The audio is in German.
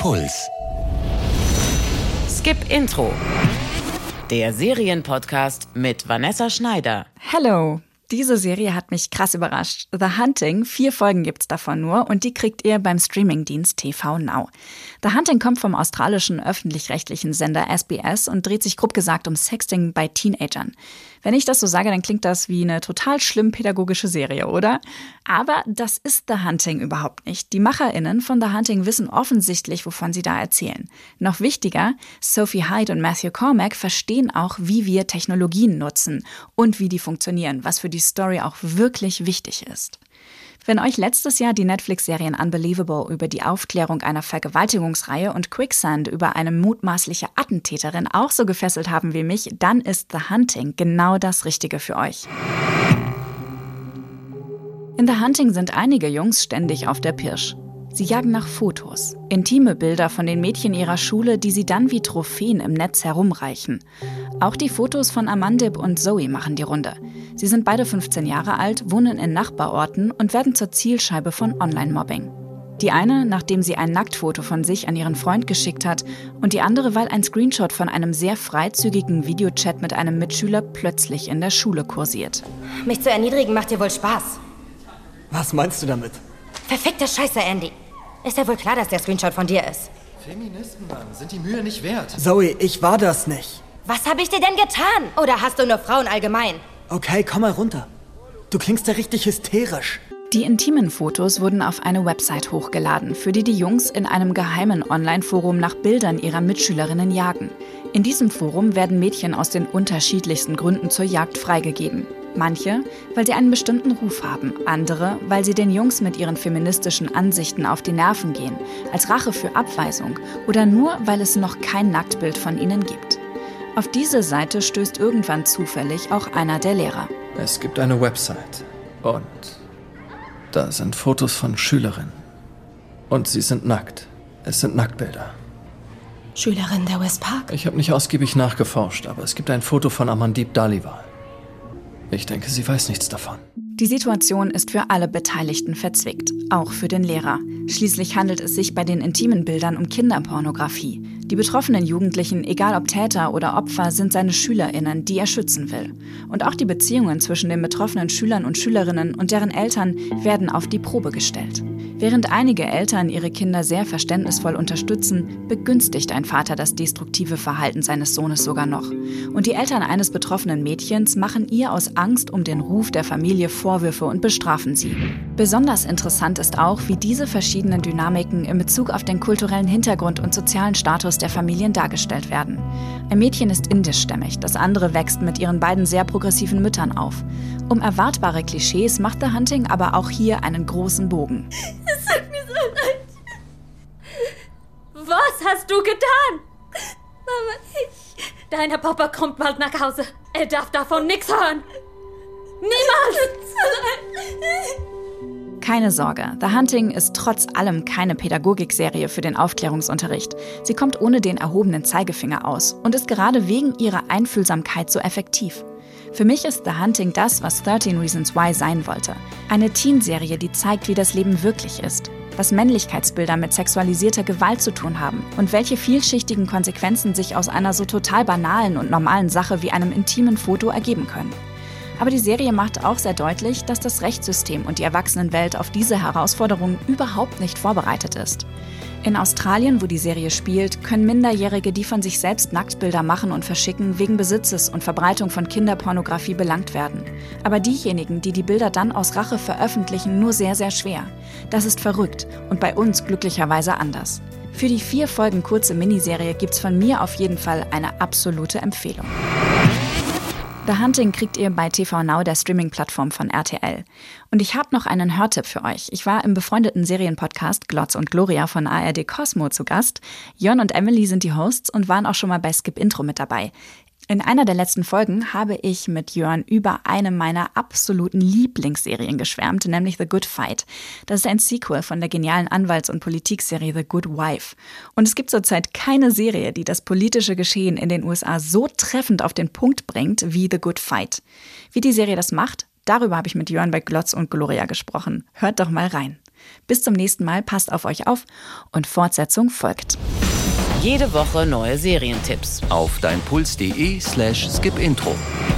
Puls. Skip Intro. Der Serienpodcast mit Vanessa Schneider. Hello! Diese Serie hat mich krass überrascht. The Hunting, 4 Folgen gibt's davon nur und die kriegt ihr beim Streamingdienst TV Now. The Hunting kommt vom australischen öffentlich-rechtlichen Sender SBS und dreht sich grob gesagt um Sexting bei Teenagern. Wenn ich das so sage, dann klingt das wie eine total schlimm pädagogische Serie, oder? Aber das ist The Hunting überhaupt nicht. Die MacherInnen von The Hunting wissen offensichtlich, wovon sie da erzählen. Noch wichtiger, Sophie Hyde und Matthew Cormack verstehen auch, wie wir Technologien nutzen und wie die funktionieren, was für die Story auch wirklich wichtig ist. Wenn euch letztes Jahr die Netflix-Serien Unbelievable über die Aufklärung einer Vergewaltigungsreihe und Quicksand über eine mutmaßliche Attentäterin auch so gefesselt haben wie mich, dann ist The Hunting genau das Richtige für euch. In The Hunting sind einige Jungs ständig auf der Pirsch. Sie jagen nach Fotos, intime Bilder von den Mädchen ihrer Schule, die sie dann wie Trophäen im Netz herumreichen. Auch die Fotos von Amandip und Zoe machen die Runde. Sie sind beide 15 Jahre alt, wohnen in Nachbarorten und werden zur Zielscheibe von Online-Mobbing. Die eine, nachdem sie ein Nacktfoto von sich an ihren Freund geschickt hat, und die andere, weil ein Screenshot von einem sehr freizügigen Videochat mit einem Mitschüler plötzlich in der Schule kursiert. Mich zu erniedrigen macht dir wohl Spaß. Was meinst du damit? Verfickte Scheiße, Andy. Ist ja wohl klar, dass der Screenshot von dir ist. Feministen, Mann, sind die Mühe nicht wert. Zoe, ich war das nicht. Was habe ich dir denn getan? Oder hast du nur Frauen allgemein? Okay, komm mal runter. Du klingst ja richtig hysterisch. Die intimen Fotos wurden auf eine Website hochgeladen, für die Jungs in einem geheimen Online-Forum nach Bildern ihrer Mitschülerinnen jagen. In diesem Forum werden Mädchen aus den unterschiedlichsten Gründen zur Jagd freigegeben. Manche, weil sie einen bestimmten Ruf haben, andere, weil sie den Jungs mit ihren feministischen Ansichten auf die Nerven gehen, als Rache für Abweisung oder nur, weil es noch kein Nacktbild von ihnen gibt. Auf diese Seite stößt irgendwann zufällig auch einer der Lehrer. Es gibt eine Website und da sind Fotos von Schülerinnen. Und sie sind nackt. Es sind Nacktbilder. Schülerin der West Park? Ich habe nicht ausgiebig nachgeforscht, aber es gibt ein Foto von Amandip Dhaliwal. Ich denke, sie weiß nichts davon. Die Situation ist für alle Beteiligten verzwickt, auch für den Lehrer. Schließlich handelt es sich bei den intimen Bildern um Kinderpornografie. Die betroffenen Jugendlichen, egal ob Täter oder Opfer, sind seine SchülerInnen, die er schützen will. Und auch die Beziehungen zwischen den betroffenen Schülern und Schülerinnen und deren Eltern werden auf die Probe gestellt. Während einige Eltern ihre Kinder sehr verständnisvoll unterstützen, begünstigt ein Vater das destruktive Verhalten seines Sohnes sogar noch. Und die Eltern eines betroffenen Mädchens machen ihr aus Angst um den Ruf der Familie Vorwürfe und bestrafen sie. Besonders interessant ist auch, wie diese verschiedenen Dynamiken in Bezug auf den kulturellen Hintergrund und sozialen Status der Familien dargestellt werden. Ein Mädchen ist indischstämmig, das andere wächst mit ihren beiden sehr progressiven Müttern auf. Um erwartbare Klischees macht The Hunting aber auch hier einen großen Bogen. Es tut mir so leid. Was hast du getan? Mama, Deiner Papa kommt bald nach Hause. Er darf davon nichts hören. Niemals! Keine Sorge, The Hunting ist trotz allem keine Pädagogikserie für den Aufklärungsunterricht. Sie kommt ohne den erhobenen Zeigefinger aus und ist gerade wegen ihrer Einfühlsamkeit so effektiv. Für mich ist The Hunting das, was 13 Reasons Why sein wollte. Eine Teenserie, die zeigt, wie das Leben wirklich ist, was Männlichkeitsbilder mit sexualisierter Gewalt zu tun haben und welche vielschichtigen Konsequenzen sich aus einer so total banalen und normalen Sache wie einem intimen Foto ergeben können. Aber die Serie macht auch sehr deutlich, dass das Rechtssystem und die Erwachsenenwelt auf diese Herausforderungen überhaupt nicht vorbereitet ist. In Australien, wo die Serie spielt, können Minderjährige, die von sich selbst Nacktbilder machen und verschicken, wegen Besitzes und Verbreitung von Kinderpornografie belangt werden. Aber diejenigen, die die Bilder dann aus Rache veröffentlichen, nur sehr, sehr schwer. Das ist verrückt und bei uns glücklicherweise anders. Für die 4 Folgen kurze Miniserie gibt's von mir auf jeden Fall eine absolute Empfehlung. The Hunting kriegt ihr bei TV Now, der Streaming-Plattform von RTL. Und ich habe noch einen Hörtipp für euch. Ich war im befreundeten Serienpodcast Glotz und Gloria von ARD Cosmo zu Gast. Jörn und Emily sind die Hosts und waren auch schon mal bei Skip Intro mit dabei. In einer der letzten Folgen habe ich mit Jörn über eine meiner absoluten Lieblingsserien geschwärmt, nämlich The Good Fight. Das ist ein Sequel von der genialen Anwalts- und Politikserie The Good Wife. Und es gibt zurzeit keine Serie, die das politische Geschehen in den USA so treffend auf den Punkt bringt wie The Good Fight. Wie die Serie das macht, darüber habe ich mit Jörn bei Glotz und Gloria gesprochen. Hört doch mal rein. Bis zum nächsten Mal, passt auf euch auf und Fortsetzung folgt. Jede Woche neue Serientipps. Auf deinpuls.de/skipintro.